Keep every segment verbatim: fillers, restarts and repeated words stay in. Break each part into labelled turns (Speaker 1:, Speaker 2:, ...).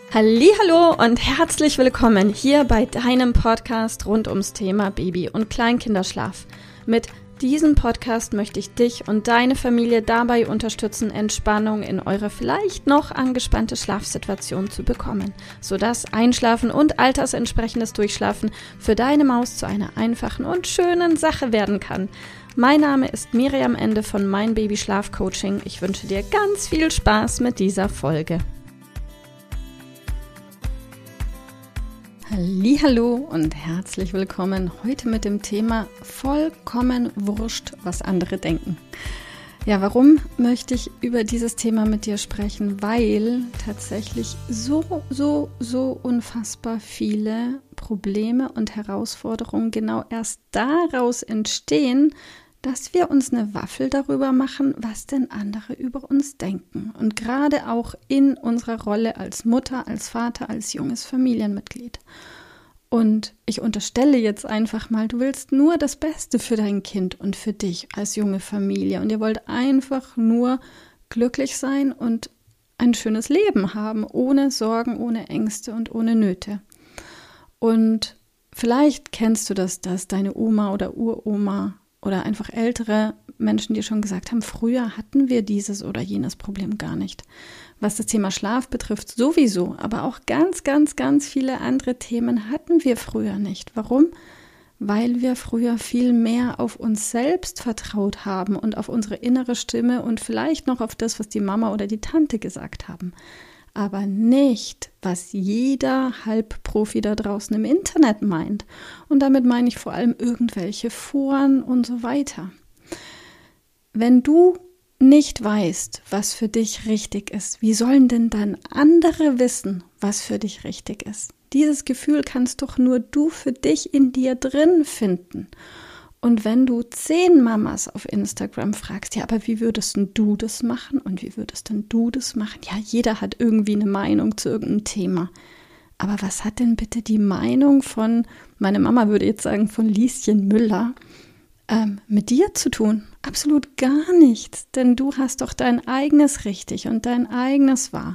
Speaker 1: Hallihallo und herzlich willkommen hier bei deinem Podcast rund ums Thema Baby- und Kleinkinderschlaf. Mit diesem Podcast möchte ich dich und deine Familie dabei unterstützen, Entspannung in eure vielleicht noch angespannte Schlafsituation zu bekommen, sodass Einschlafen und altersentsprechendes Durchschlafen für deine Maus zu einer einfachen und schönen Sache werden kann. Mein Name ist Miriam Ende von Mein Baby Schlaf Coaching. Ich wünsche dir ganz viel Spaß mit dieser Folge. Hallihallo und herzlich willkommen heute mit dem Thema vollkommen wurscht, was andere denken. Ja, warum möchte ich über dieses Thema mit dir sprechen? Weil tatsächlich so, so, so unfassbar viele Probleme und Herausforderungen genau erst daraus entstehen, dass wir uns eine Waffel darüber machen, was denn andere über uns denken. Und gerade auch in unserer Rolle als Mutter, als Vater, als junges Familienmitglied. Und ich unterstelle jetzt einfach mal, du willst nur das Beste für dein Kind und für dich als junge Familie. Und ihr wollt einfach nur glücklich sein und ein schönes Leben haben, ohne Sorgen, ohne Ängste und ohne Nöte. Und vielleicht kennst du das, dass deine Oma oder Uroma oder einfach ältere Menschen, die schon gesagt haben, früher hatten wir dieses oder jenes Problem gar nicht. Was das Thema Schlaf betrifft, sowieso, aber auch ganz, ganz, ganz viele andere Themen hatten wir früher nicht. Warum? Weil wir früher viel mehr auf uns selbst vertraut haben und auf unsere innere Stimme und vielleicht noch auf das, was die Mama oder die Tante gesagt haben. Aber nicht, was jeder Halbprofi da draußen im Internet meint. Und damit meine ich vor allem irgendwelche Foren und so weiter. Wenn du nicht weißt, was für dich richtig ist, wie sollen denn dann andere wissen, was für dich richtig ist? Dieses Gefühl kannst doch nur du für dich in dir drin finden. Und wenn du zehn Mamas auf Instagram fragst, ja, aber wie würdest denn du das machen und wie würdest denn du das machen? Ja, jeder hat irgendwie eine Meinung zu irgendeinem Thema. Aber was hat denn bitte die Meinung von, meine Mama würde jetzt sagen, von Lieschen Müller ähm, mit dir zu tun? Absolut gar nichts, denn du hast doch dein eigenes richtig und dein eigenes wahr.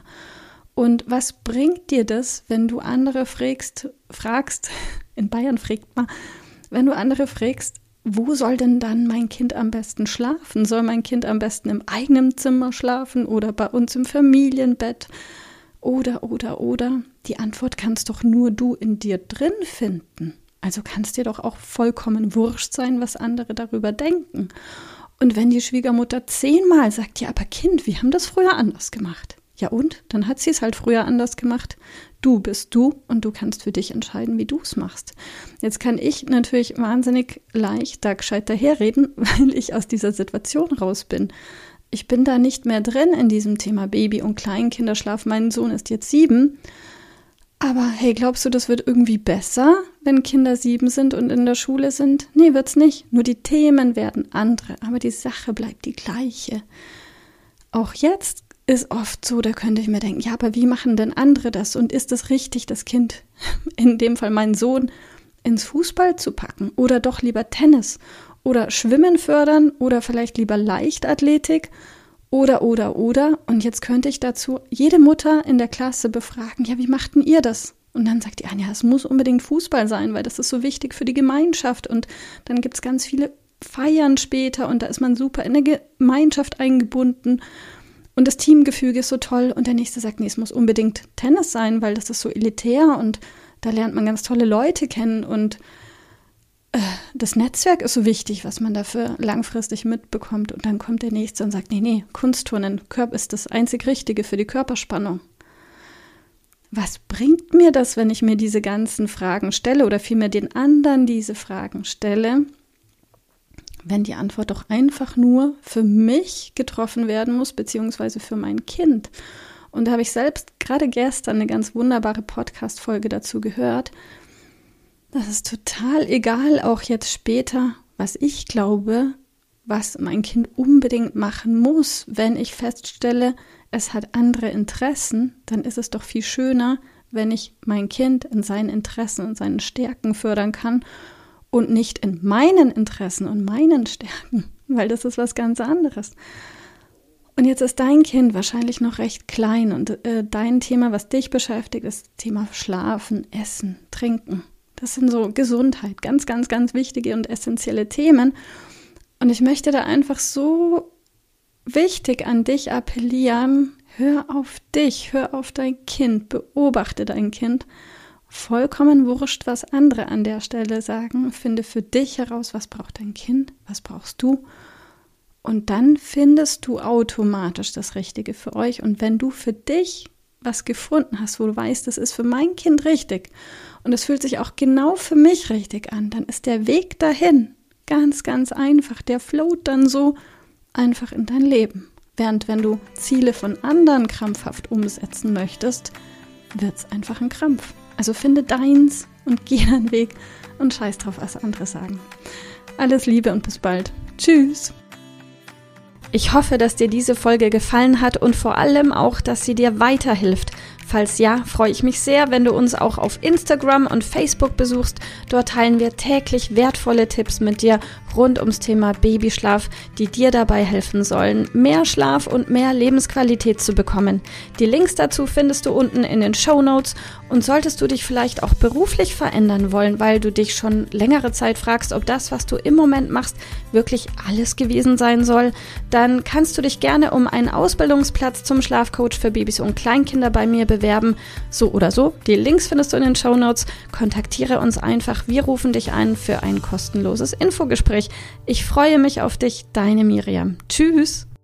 Speaker 1: Und was bringt dir das, wenn du andere fragst, fragst, in Bayern fragt man, wenn du andere fragst, wo soll denn dann mein Kind am besten schlafen? Soll mein Kind am besten im eigenen Zimmer schlafen oder bei uns im Familienbett? Oder, oder, oder. Die Antwort kannst doch nur du in dir drin finden. Also kannst dir doch auch vollkommen wurscht sein, was andere darüber denken. Und wenn die Schwiegermutter zehnmal sagt, ja, aber Kind, wir haben das früher anders gemacht. Ja und? Dann hat sie es halt früher anders gemacht. Du bist du und du kannst für dich entscheiden, wie du es machst. Jetzt kann ich natürlich wahnsinnig leicht da gescheit daherreden, weil ich aus dieser Situation raus bin. Ich bin da nicht mehr drin in diesem Thema Baby- und Kleinkinderschlaf. Mein Sohn ist jetzt sieben. Aber hey, glaubst du, das wird irgendwie besser, wenn Kinder sieben sind und in der Schule sind? Nee, wird's nicht. Nur die Themen werden andere, aber die Sache bleibt die gleiche. Auch jetzt ist oft so, da könnte ich mir denken, ja, aber wie machen denn andere das? Und ist es richtig, das Kind, in dem Fall meinen Sohn, ins Fußball zu packen? Oder doch lieber Tennis? Oder Schwimmen fördern? Oder vielleicht lieber Leichtathletik? Oder, oder, oder. Und jetzt könnte ich dazu jede Mutter in der Klasse befragen, ja, wie macht denn ihr das? Und dann sagt die Anja, es muss unbedingt Fußball sein, weil das ist so wichtig für die Gemeinschaft. Und dann gibt es ganz viele Feiern später und da ist man super in der Gemeinschaft eingebunden. Und das Teamgefüge ist so toll. Und der Nächste sagt, nee, es muss unbedingt Tennis sein, weil das ist so elitär und da lernt man ganz tolle Leute kennen. Und äh, das Netzwerk ist so wichtig, was man dafür langfristig mitbekommt. Und dann kommt der Nächste und sagt, nee, nee, Kunstturnen ist das einzig Richtige für die Körperspannung. Was bringt mir das, wenn ich mir diese ganzen Fragen stelle oder vielmehr den anderen diese Fragen stelle, wenn die Antwort doch einfach nur für mich getroffen werden muss, beziehungsweise für mein Kind? Und da habe ich selbst gerade gestern eine ganz wunderbare Podcast-Folge dazu gehört. Das ist total egal, auch jetzt später, was ich glaube, was mein Kind unbedingt machen muss. Wenn ich feststelle, es hat andere Interessen, dann ist es doch viel schöner, wenn ich mein Kind in seinen Interessen und seinen Stärken fördern kann und nicht in meinen Interessen und meinen Stärken, weil das ist was ganz anderes. Und jetzt ist dein Kind wahrscheinlich noch recht klein und äh, dein Thema, was dich beschäftigt, ist das Thema Schlafen, Essen, Trinken. Das sind so Gesundheit, ganz, ganz, ganz wichtige und essentielle Themen. Und ich möchte da einfach so wichtig an dich appellieren, hör auf dich, hör auf dein Kind, beobachte dein Kind. Vollkommen wurscht, was andere an der Stelle sagen. Finde für dich heraus, was braucht dein Kind, was brauchst du. Und dann findest du automatisch das Richtige für euch. Und wenn du für dich was gefunden hast, wo du weißt, das ist für mein Kind richtig und es fühlt sich auch genau für mich richtig an, dann ist der Weg dahin ganz, ganz einfach. Der float dann so einfach in dein Leben. Während wenn du Ziele von anderen krampfhaft umsetzen möchtest, wird es einfach ein Krampf. Also finde deins und geh deinen Weg und scheiß drauf, was andere sagen. Alles Liebe und bis bald. Tschüss. Ich hoffe, dass dir diese Folge gefallen hat und vor allem auch, dass sie dir weiterhilft. Falls ja, freue ich mich sehr, wenn du uns auch auf Instagram und Facebook besuchst. Dort teilen wir täglich wertvolle Tipps mit dir rund ums Thema Babyschlaf, die dir dabei helfen sollen, mehr Schlaf und mehr Lebensqualität zu bekommen. Die Links dazu findest du unten in den Shownotes. Und solltest du dich vielleicht auch beruflich verändern wollen, weil du dich schon längere Zeit fragst, ob das, was du im Moment machst, wirklich alles gewesen sein soll, dann kannst du dich gerne um einen Ausbildungsplatz zum Schlafcoach für Babys und Kleinkinder bei mir bewerben. So oder so, die Links findest du in den Shownotes. Kontaktiere uns einfach, wir rufen dich ein für ein kostenloses Infogespräch. Ich freue mich auf dich, deine Miriam. Tschüss!